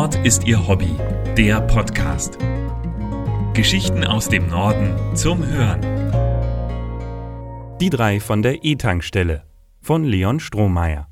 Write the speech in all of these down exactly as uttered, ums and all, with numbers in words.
Nord ist Ihr Hobby, der Podcast. Geschichten aus dem Norden zum Hören. Die drei von der E-Tankstelle von Leon Strohmeier.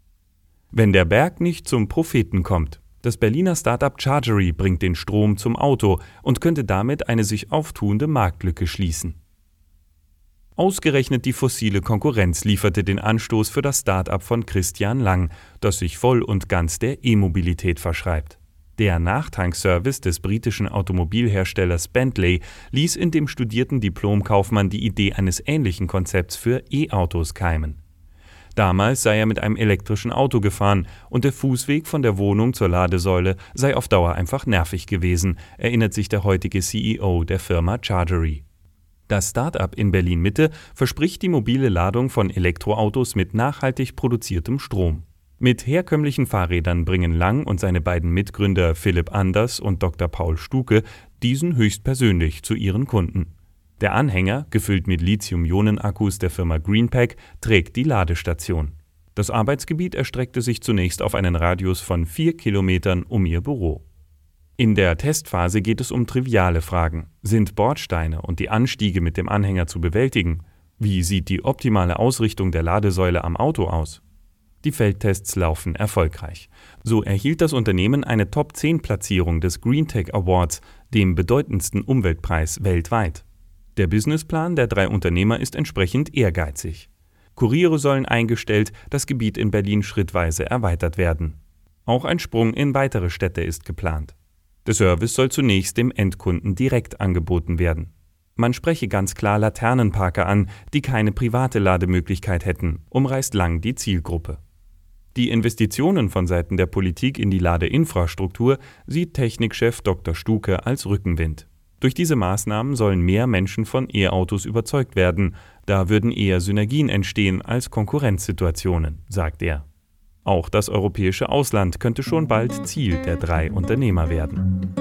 Wenn der Berg nicht zum Propheten kommt. Das Berliner Start-up Chargery bringt den Strom zum Auto und könnte damit eine sich auftuende Marktlücke schließen. Ausgerechnet die fossile Konkurrenz lieferte den Anstoß für das Start-up von Christian Lang, das sich voll und ganz der E-Mobilität verschreibt. Der Nachtankservice des britischen Automobilherstellers Bentley ließ in dem studierten Diplomkaufmann die Idee eines ähnlichen Konzepts für E-Autos keimen. Damals sei er mit einem elektrischen Auto gefahren und der Fußweg von der Wohnung zur Ladesäule sei auf Dauer einfach nervig gewesen, erinnert sich der heutige C E O der Firma Chargery. Das Start-up in Berlin-Mitte verspricht die mobile Ladung von Elektroautos mit nachhaltig produziertem Strom. Mit herkömmlichen Fahrrädern bringen Lang und seine beiden Mitgründer Philipp Anders und Doktor Paul Stuke diesen höchstpersönlich zu ihren Kunden. Der Anhänger, gefüllt mit Lithium-Ionen-Akkus der Firma Greenpack, trägt die Ladestation. Das Arbeitsgebiet erstreckte sich zunächst auf einen Radius von vier Kilometern um ihr Büro. In der Testphase geht es um triviale Fragen. Sind Bordsteine und die Anstiege mit dem Anhänger zu bewältigen? Wie sieht die optimale Ausrichtung der Ladesäule am Auto aus? Die Feldtests laufen erfolgreich. So erhielt das Unternehmen eine Top zehn Platzierung des GreenTech Awards, dem bedeutendsten Umweltpreis weltweit. Der Businessplan der drei Unternehmer ist entsprechend ehrgeizig. Kuriere sollen eingestellt, das Gebiet in Berlin schrittweise erweitert werden. Auch ein Sprung in weitere Städte ist geplant. Der Service soll zunächst dem Endkunden direkt angeboten werden. Man spreche ganz klar Laternenparker an, die keine private Lademöglichkeit hätten, umreißt Lang die Zielgruppe. Die Investitionen von Seiten der Politik in die Ladeinfrastruktur sieht Technikchef Doktor Stuke als Rückenwind. Durch diese Maßnahmen sollen mehr Menschen von E-Autos überzeugt werden, da würden eher Synergien entstehen als Konkurrenzsituationen, sagt er. Auch das europäische Ausland könnte schon bald Ziel der drei Unternehmer werden.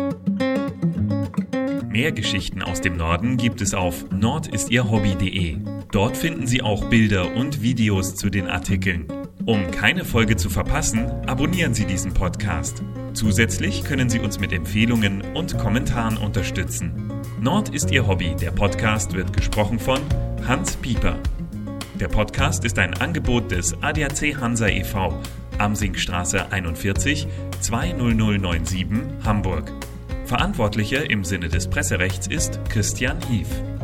Mehr Geschichten aus dem Norden gibt es auf nord ist ihr hobby punkt de. Dort finden Sie auch Bilder und Videos zu den Artikeln. Um keine Folge zu verpassen, abonnieren Sie diesen Podcast. Zusätzlich können Sie uns mit Empfehlungen und Kommentaren unterstützen. Nord ist Ihr Hobby, der Podcast wird gesprochen von Hans Pieper. Der Podcast ist ein Angebot des A D A C Hansa e V, Amsingstraße einundvierzig, zwei null null neun sieben, Hamburg. Verantwortlicher im Sinne des Presserechts ist Christian Hief.